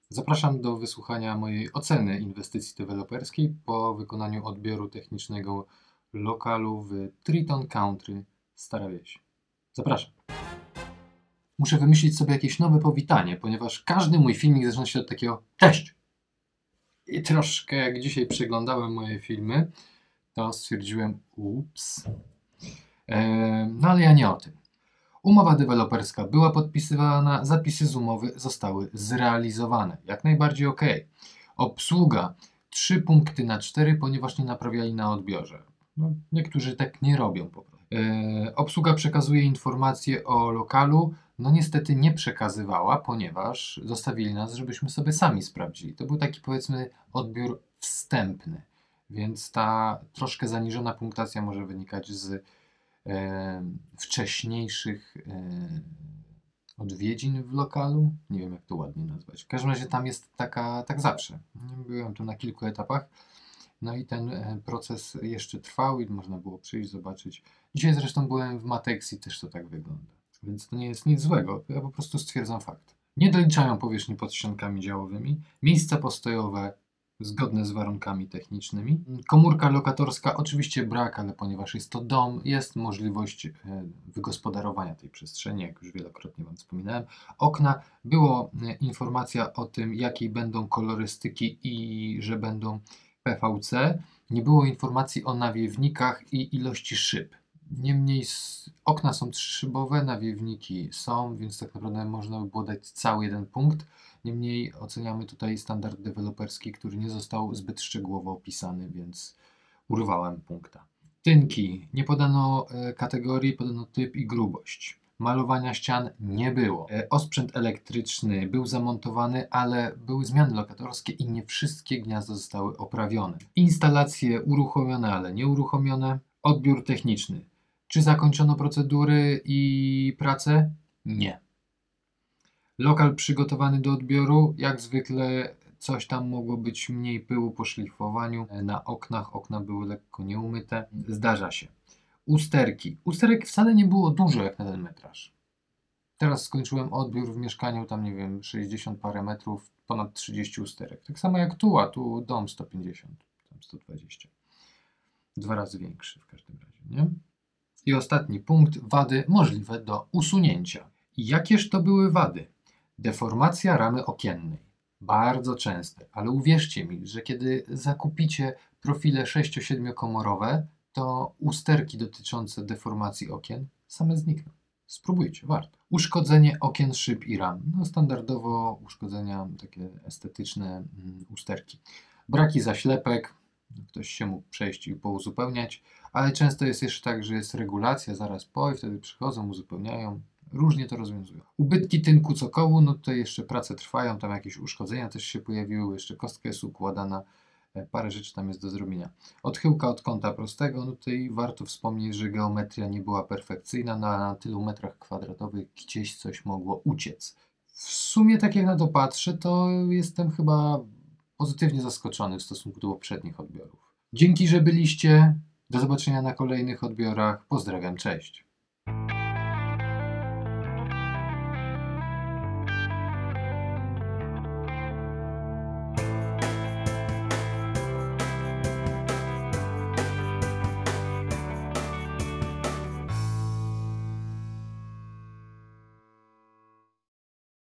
Zapraszam do wysłuchania mojej oceny inwestycji deweloperskiej po wykonaniu odbioru technicznego lokalu w Triton Country, Stara Wieś. Zapraszam. Muszę wymyślić sobie jakieś nowe powitanie, ponieważ każdy mój filmik zaczyna się od takiego cześć! I troszkę jak dzisiaj przeglądałem moje filmy, to stwierdziłem ups. No ale ja nie o tym. Umowa deweloperska była podpisywana, zapisy z umowy zostały zrealizowane. Jak najbardziej ok. Obsługa 3 punkty na 4, ponieważ nie naprawiali na odbiorze. No, niektórzy tak nie robią po prostu. Obsługa przekazuje informacje o lokalu. No niestety nie przekazywała, ponieważ zostawili nas, żebyśmy sobie sami sprawdzili. To był taki, powiedzmy, odbiór wstępny, więc ta troszkę zaniżona punktacja może wynikać z wcześniejszych odwiedzin w lokalu. Nie wiem, jak to ładnie nazwać. W każdym razie tam jest tak zawsze. Byłem tu na kilku etapach. No i ten proces jeszcze trwał i można było przyjść, zobaczyć. Dzisiaj zresztą byłem w Matex i też to tak wygląda. Więc to nie jest nic złego. Ja po prostu stwierdzam fakt. Nie doliczają powierzchni pod ściankami działowymi. Miejsca postojowe zgodne z warunkami technicznymi. Komórka lokatorska oczywiście brak, ale ponieważ jest to dom, jest możliwość wygospodarowania tej przestrzeni, jak już wielokrotnie Wam wspominałem. Okna, było informacja o tym, jakiej będą kolorystyki i że będą PVC. Nie było informacji o nawiewnikach i ilości szyb. Niemniej okna są 3-szybowe, nawiewniki są, więc tak naprawdę można by było dać cały jeden punkt. Niemniej oceniamy tutaj standard deweloperski, który nie został zbyt szczegółowo opisany, więc urwałem punkta. Tynki. Nie podano kategorii, podano typ i grubość. Malowania ścian nie było. Osprzęt elektryczny był zamontowany, ale były zmiany lokatorskie i nie wszystkie gniazda zostały oprawione. Instalacje uruchomione, ale nie uruchomione. Odbiór techniczny. Czy zakończono procedury i prace? Nie. Lokal przygotowany do odbioru, jak zwykle coś tam mogło być mniej pyłu po szlifowaniu. Na oknach okna były lekko nieumyte. Zdarza się. Usterki. Usterek wcale nie było dużo jak na ten metraż. Teraz skończyłem odbiór w mieszkaniu, tam nie wiem, 60 parę metrów, ponad 30 usterek. Tak samo jak tu, a tu dom 150, tam 120. 2 razy większy w każdym razie, nie? I ostatni punkt, wady możliwe do usunięcia. I jakież to były wady? Deformacja ramy okiennej. Bardzo częste, ale uwierzcie mi, że kiedy zakupicie profile 6-7 komorowe, to usterki dotyczące deformacji okien same znikną. Spróbujcie, warto. Uszkodzenie okien, szyb i ram. No standardowo uszkodzenia takie estetyczne, usterki. Braki zaślepek. Ktoś się mógł przejść i pouzupełniać, ale często jest jeszcze tak, że jest regulacja zaraz po i wtedy przychodzą, uzupełniają. Różnie to rozwiązują. Ubytki tynku cokołu, no tutaj jeszcze prace trwają, tam jakieś uszkodzenia też się pojawiły, jeszcze kostka jest układana, parę rzeczy tam jest do zrobienia. Odchyłka od kąta prostego, no tutaj warto wspomnieć, że geometria nie była perfekcyjna, na tylu metrach kwadratowych gdzieś coś mogło uciec. W sumie tak jak na to patrzę, to jestem chyba pozytywnie zaskoczony w stosunku do poprzednich odbiorów. Dzięki, że byliście. Do zobaczenia na kolejnych odbiorach. Pozdrawiam, cześć.